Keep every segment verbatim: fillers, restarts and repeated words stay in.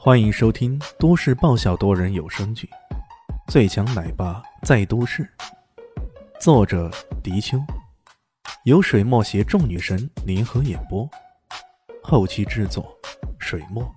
欢迎收听都市爆笑多人有声剧《最强奶爸在都市》，作者：迪秋，由水墨携众女神联合演播，后期制作：水墨。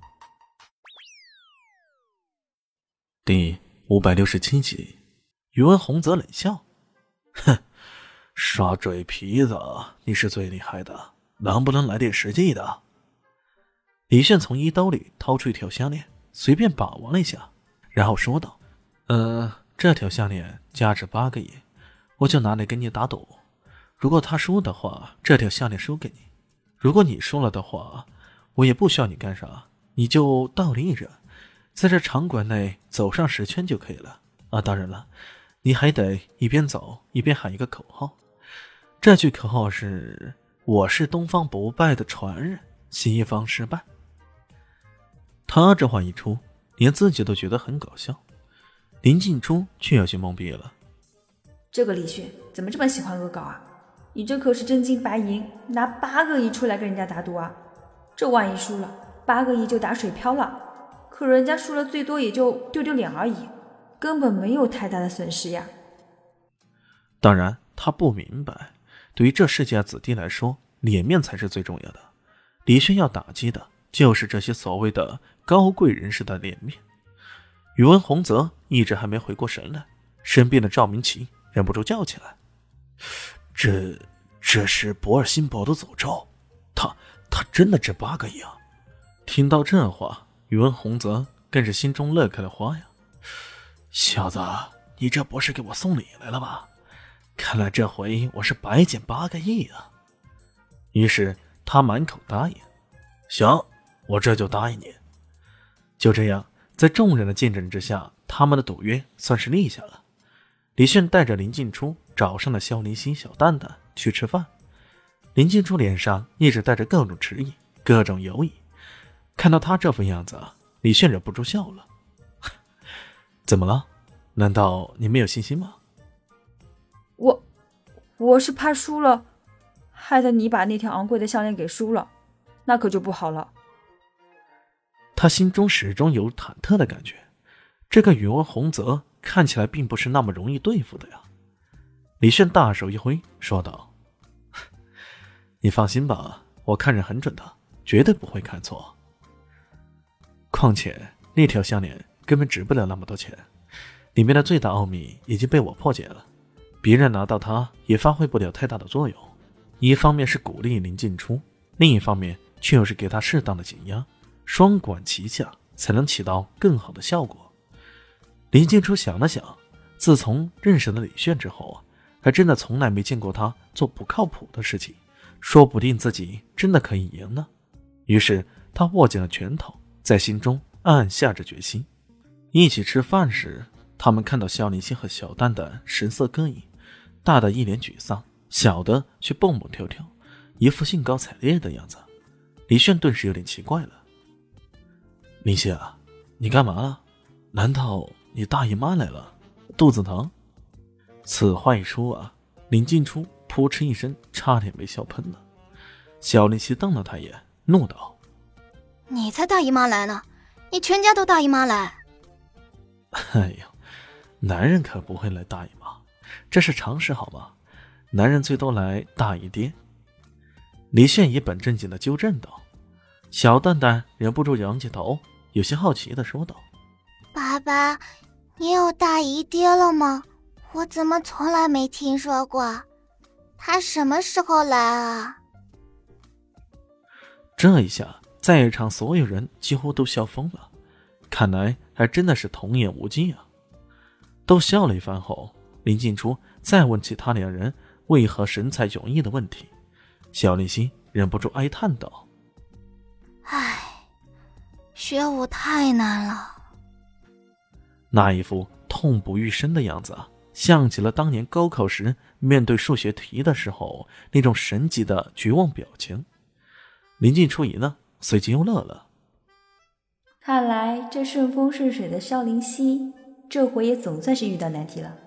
第五百六十七集，宇文洪泽冷笑：“哼，耍嘴皮子，你是最厉害的，能不能来点实际的？”李炫从衣兜里掏出一条项链，随便把玩了一下，然后说道：“呃，这条项链价值八个亿，我就拿来跟你打赌。如果他输的话，这条项链输给你；如果你输了的话，我也不需要你干啥，你就倒立着，在这场馆内走上十圈就可以了。啊，当然了，你还得一边走一边喊一个口号。这句口号是：我是东方不败的传人，西方失败。”他这话一出，连自己都觉得很搞笑，林静初却有些懵逼了。 这个李炫怎么这么喜欢恶搞啊？你这可是真金白银，拿八个亿出来跟人家打赌啊！这万一输了，八个亿就打水漂了。可人家输了最多也就丢丢脸而已，根本没有太大的损失呀。 当然，他不明白，对于这世家子弟来说，脸面才是最重要的。李炫要打击的就是这些所谓的高贵人士的脸面。宇文洪泽一直还没回过神来，身边的赵明奇忍不住叫起来：“这这是博尔辛伯的诅咒，他他真的值八个亿啊！”听到这话，宇文洪泽更是心中乐开了花呀。小子，你这不是给我送礼来了吧？看来这回我是白捡八个亿啊！于是他满口答应：“行，我这就答应你。”就这样，在众人的见证之下，他们的赌约算是立下了。李炫带着林静初找上了萧林熙、小蛋蛋去吃饭。林静初脸上一直带着各种迟疑，各种犹疑。看到他这副样子，李炫忍不住笑了：“怎么了？难道你没有信心吗？” 我我是怕输了，害得你把那条昂贵的项链给输了，那可就不好了。 他心中始终有忐忑的感觉，这个宇文洪泽看起来并不是那么容易对付的呀。李炫大手一挥说道：“你放心吧，我看人很准的，绝对不会看错。况且那条项链根本值不了那么多钱，里面的最大奥秘已经被我破解了，别人拿到它也发挥不了太大的作用。一方面是鼓励林静初，另一方面却又是给他适当的减压，双管齐下才能起到更好的效果。”林静初想了想，自从认识了李炫之后，还真的从来没见过他做不靠谱的事情，说不定自己真的可以赢呢。于是他握紧了拳头，在心中暗暗下着决心。一起吃饭时，他们看到萧林熙和小蛋蛋神色各异，大的一脸沮丧，小的却蹦蹦跳跳，一副兴高采烈的样子。李炫顿时有点奇怪了：“林熙啊，你干嘛了？难道你大姨妈来了？肚子疼？”此话一出啊，林静初扑哧一声，差点被笑喷了。小林熙瞪了他一眼，怒道：“ 你才大姨妈来呢，你全家都大姨妈来。” 哎呦，男人可不会来大姨妈，这是常识好吗？男人最多来大姨爹。李炫一本正经的纠正道。小蛋蛋忍不住仰起头，有些好奇的说道：“ 爸爸，你有大姨爹了吗？我怎么从来没听说过？他什么时候来啊？” 这一下在场所有人几乎都笑疯了，看来还真的是童言无忌啊。都笑了一番后，林静初再问其他两人为何神采迥异的问题，小林熙忍不住哀叹道：“ 唉，学武太难了。” 那一副痛不欲生的样子啊，像极了当年高考时面对数学题的时候那种神级的绝望表情。林静初一愣，随即又乐了：“ 看来这顺风顺水的萧林熙，这回也总算是遇到难题了。”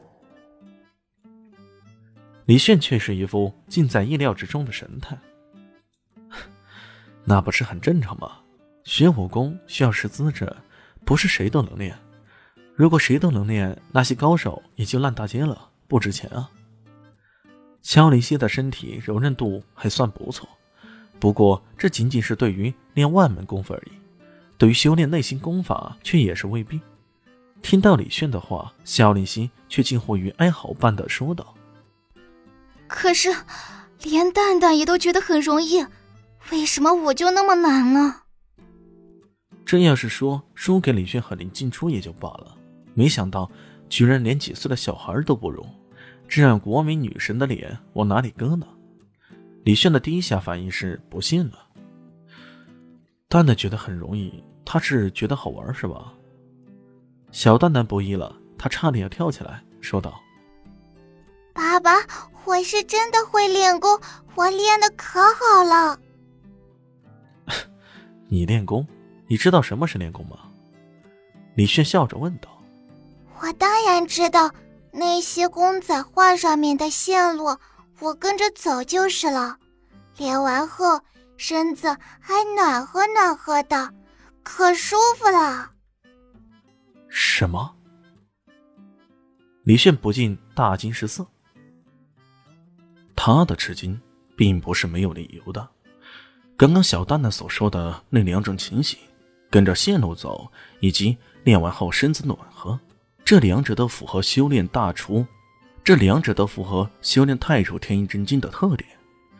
李炫却是一副尽在意料之中的神态：“那不是很正常吗？学武功需要识资质， 不是谁都能练。如果谁都能练，那些高手也就烂大街了，不值钱啊。萧凌熙的身体柔韧度还算不错，不过这仅仅是对于练万门功夫而已，对于修炼内心功法却也是未必。听到李炫的话，萧凌熙却近乎于哀嚎般的说道： 可是连蛋蛋也都觉得很容易，为什么我就那么难呢？ 这要是说输给李炫和林静初也就罢了，没想到居然连几岁的小孩都不如，这样国民女神的脸往哪里搁呢？李炫的第一下反应是不信了。蛋蛋觉得很容易，他是觉得好玩是吧？小蛋蛋不依了，他差点要跳起来说道： 爸爸，我是真的会练功，我练得可好了。 你练功？你知道什么是练功吗？李炫笑着问道。 我当然知道，那些公仔画上面的线路我跟着走就是了，练完后身子还暖和暖和的，可舒服了。 什么？李炫不禁大惊失色。他的吃惊并不是没有理由的，刚刚小蛋蛋所说的那两种情形，跟着线路走以及练完后身子暖和，这两者都符合修炼大厨这两者都符合修炼太初天音真经的特点。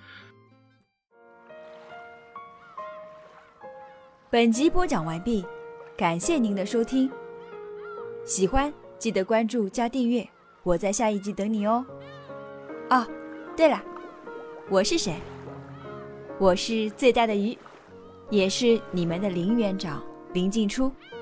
本集播讲完毕，感谢您的收听。喜欢记得关注加订阅，我在下一集等你哦。哦，对了，我是谁？我是最大的鱼，也是你们的林园长林静初。